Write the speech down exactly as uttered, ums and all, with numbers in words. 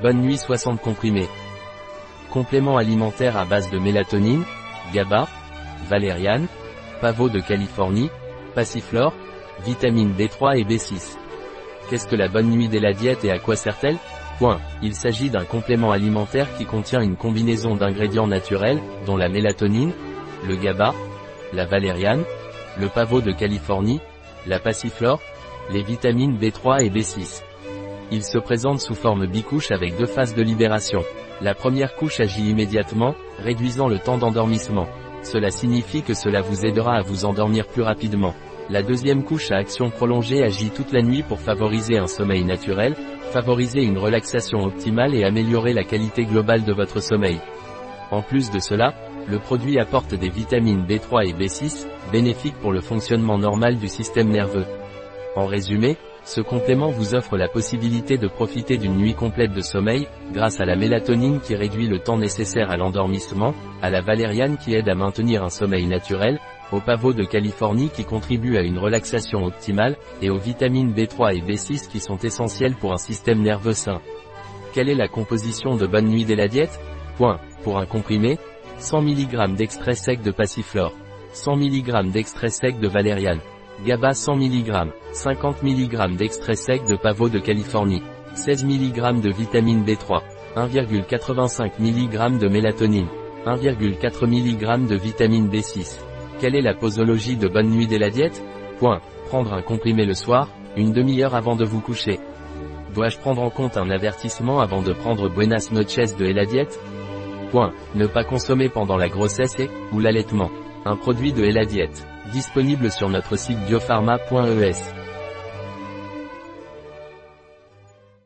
Bonne nuit soixante comprimés. Complément alimentaire à base de mélatonine, GABA, valériane, pavot de Californie, passiflore, vitamine B trois et B six. Qu'est-ce que la bonne nuit de la diète et à quoi sert-elle? Point. Il s'agit d'un complément alimentaire qui contient une combinaison d'ingrédients naturels, dont la mélatonine, le GABA, la valériane, le pavot de Californie, la passiflore, les vitamines B trois et B six. Il se présente sous forme bicouche avec deux phases de libération. La première couche agit immédiatement, réduisant le temps d'endormissement. Cela signifie que cela vous aidera à vous endormir plus rapidement. La deuxième couche à action prolongée agit toute la nuit pour favoriser un sommeil naturel, favoriser une relaxation optimale et améliorer la qualité globale de votre sommeil. En plus de cela, le produit apporte des vitamines B trois et B six, bénéfiques pour le fonctionnement normal du système nerveux. En résumé, ce complément vous offre la possibilité de profiter d'une nuit complète de sommeil, grâce à la mélatonine qui réduit le temps nécessaire à l'endormissement, à la valériane qui aide à maintenir un sommeil naturel, au pavot de Californie qui contribue à une relaxation optimale, et aux vitamines B trois et B six qui sont essentielles pour un système nerveux sain. Quelle est la composition de Bonne nuit de la diète? Point. Pour un comprimé, cent milligrammes d'extrait sec de passiflore, cent milligrammes d'extrait sec de valériane, GABA cent milligrammes, cinquante milligrammes d'extrait sec de pavot de Californie, seize milligrammes de vitamine B trois, un virgule quatre-vingt-cinq milligrammes de mélatonine, un virgule quatre milligrammes de vitamine B six. Quelle est la posologie de Bonne nuit de la diète? Point. Prendre un comprimé le soir, une demi-heure avant de vous coucher. Dois-je prendre en compte un avertissement avant de prendre Buenas noches de la diète? Point. Ne pas consommer pendant la grossesse et, ou l'allaitement. Un produit de la diète. Disponible sur notre site biopharma point e s.